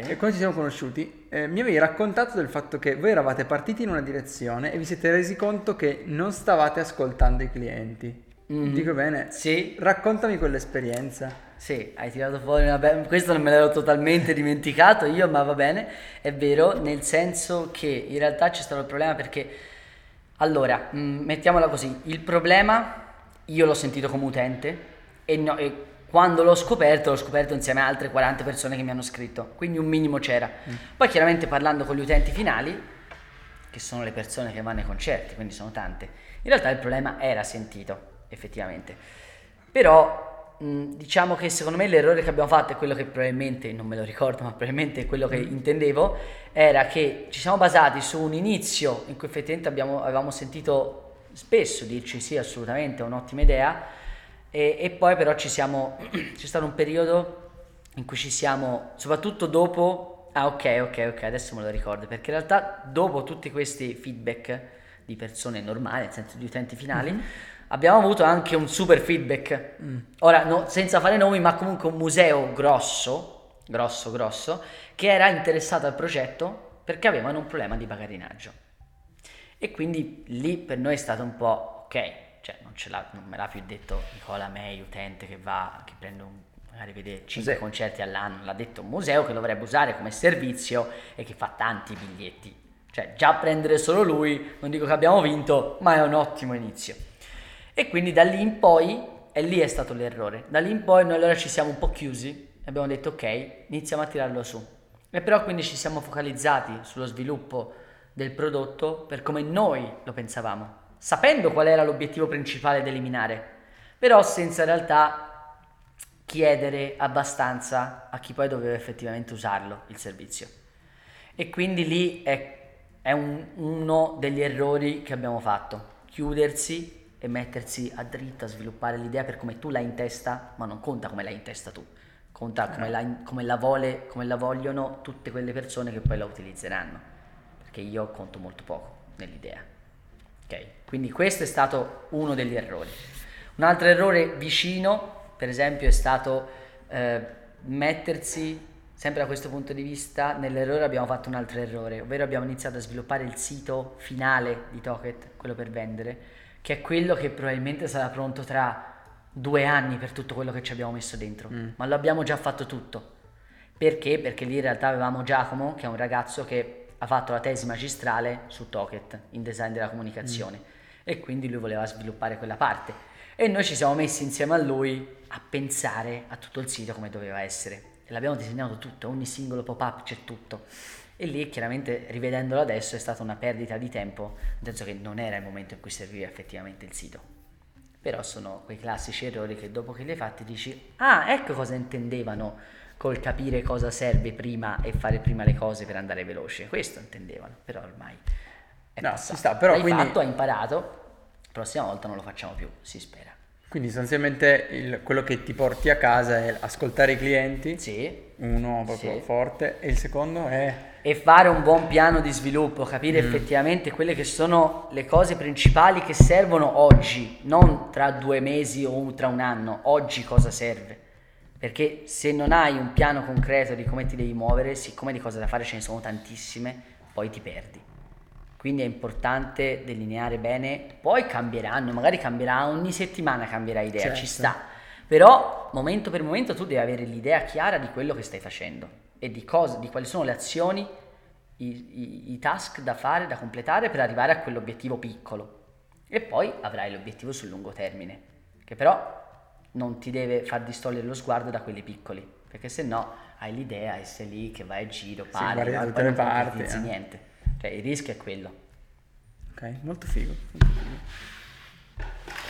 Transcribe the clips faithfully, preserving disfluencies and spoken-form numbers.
e quando ci siamo conosciuti eh, mi avevi raccontato del fatto che voi eravate partiti in una direzione e vi siete resi conto che non stavate ascoltando i clienti. Mhm. Dico bene? Sì. Raccontami quell'esperienza. Sì, hai tirato fuori una bella... Questo non me l'ero totalmente dimenticato io, ma va bene, è vero, nel senso che in realtà c'è stato il problema perché... Allora, mh, mettiamola così, il problema io l'ho sentito come utente e, no- e quando l'ho scoperto, l'ho scoperto insieme a altre quaranta persone che mi hanno scritto, quindi un minimo c'era. Poi chiaramente parlando con gli utenti finali, che sono le persone che vanno ai concerti, quindi sono tante, in realtà il problema era sentito, effettivamente. Però mh, diciamo che secondo me l'errore che abbiamo fatto è quello che probabilmente, non me lo ricordo, ma probabilmente è quello che intendevo, era che ci siamo basati su un inizio in cui effettivamente abbiamo, avevamo sentito spesso dirci sì, assolutamente, è un'ottima idea, e, e poi però ci siamo, c'è stato un periodo in cui ci siamo, soprattutto dopo, ah ok, ok, ok, adesso me lo ricordo, perché in realtà dopo tutti questi feedback di persone normali, nel senso di utenti finali, Mhm. abbiamo avuto anche un super feedback. Ora, no, senza fare nomi, ma comunque un museo grosso, grosso, grosso, che era interessato al progetto perché avevano un problema di bagarinaggio. E quindi lì per noi è stato un po' ok, cioè non, ce l'ha, non me l'ha più detto Nicola May, utente che va, che prende un, magari vede cinque Sì. concerti all'anno, l'ha detto un museo che lo dovrebbe usare come servizio e che fa tanti biglietti. Cioè già prendere solo lui, non dico che abbiamo vinto, ma è un ottimo inizio. E quindi da lì in poi, e lì è stato l'errore, da lì in poi noi allora ci siamo un po' chiusi e abbiamo detto ok, iniziamo a tirarlo su. E però quindi ci siamo focalizzati sullo sviluppo del prodotto per come noi lo pensavamo, sapendo qual era l'obiettivo principale da eliminare, però senza in realtà chiedere abbastanza a chi poi doveva effettivamente usarlo, il servizio. E quindi lì è, è un- uno degli errori che abbiamo fatto, chiudersi e mettersi a dritta a sviluppare l'idea per come tu l'hai in testa, ma non conta come l'hai in testa tu, conta come la, come la vuole- come la vogliono tutte quelle persone che poi la utilizzeranno, perché io conto molto poco nell'idea. Ok? Quindi questo è stato uno degli errori. Un altro errore vicino, per esempio, è stato eh, mettersi, sempre da questo punto di vista, nell'errore abbiamo fatto un altro errore, ovvero abbiamo iniziato a sviluppare il sito finale di Toket, quello per vendere, che è quello che probabilmente sarà pronto tra due anni per tutto quello che ci abbiamo messo dentro, ma lo abbiamo già fatto tutto. Perché? Perché lì in realtà avevamo Giacomo, che è un ragazzo che ha fatto la tesi magistrale su Toket, in design della comunicazione, e quindi lui voleva sviluppare quella parte. E noi ci siamo messi insieme a lui a pensare a tutto il sito come doveva essere. E l'abbiamo disegnato tutto, ogni singolo pop-up c'è tutto. E lì chiaramente rivedendolo adesso è stata una perdita di tempo, nel senso che non era il momento in cui serviva effettivamente il sito. Però sono quei classici errori che dopo che li hai fatti dici ah, ecco cosa intendevano col capire cosa serve prima e fare prima le cose per andare veloce. Questo intendevano, però ormai è No, ci passato. sta, però L'hai quindi, fatto, hai imparato, la prossima volta non lo facciamo più, si spera. quindi sostanzialmente il- quello che ti porti a casa è ascoltare i clienti, Sì, uno proprio sì. forte, e il secondo è... E fare un buon piano di sviluppo, capire effettivamente quelle che sono le cose principali che servono oggi, non tra due mesi o tra un anno, oggi cosa serve. Perché se non hai un piano concreto di come ti devi muovere, siccome di cose da fare ce ne sono tantissime, poi ti perdi. Quindi è importante delineare bene, poi cambieranno, magari cambierà ogni settimana, cambierà idea, Certo. ci sta. Però momento per momento tu devi avere l'idea chiara di quello che stai facendo e di cosa, di quali sono le azioni, i, i- i task da fare, da completare per arrivare a quell'obiettivo piccolo. E poi avrai l'obiettivo sul lungo termine, che però non ti deve far distogliere lo sguardo da quelli piccoli, perché se no hai l'idea e sei lì che vai a giro, parli, guardi da no? E tutte poi le non parti, concretizzi eh. niente. Cioè il rischio è quello. Ok, molto figo. Molto figo.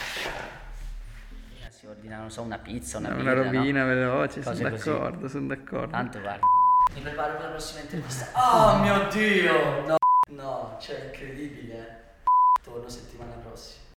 Si ordina, non so, una pizza, una Una birra, robina no? veloce, sono Cose così. d'accordo, sono d'accordo. Tanto guarda. Mi preparo per la prossima intervista. Oh mio Dio! No, no, cioè incredibile. Torno settimana prossima.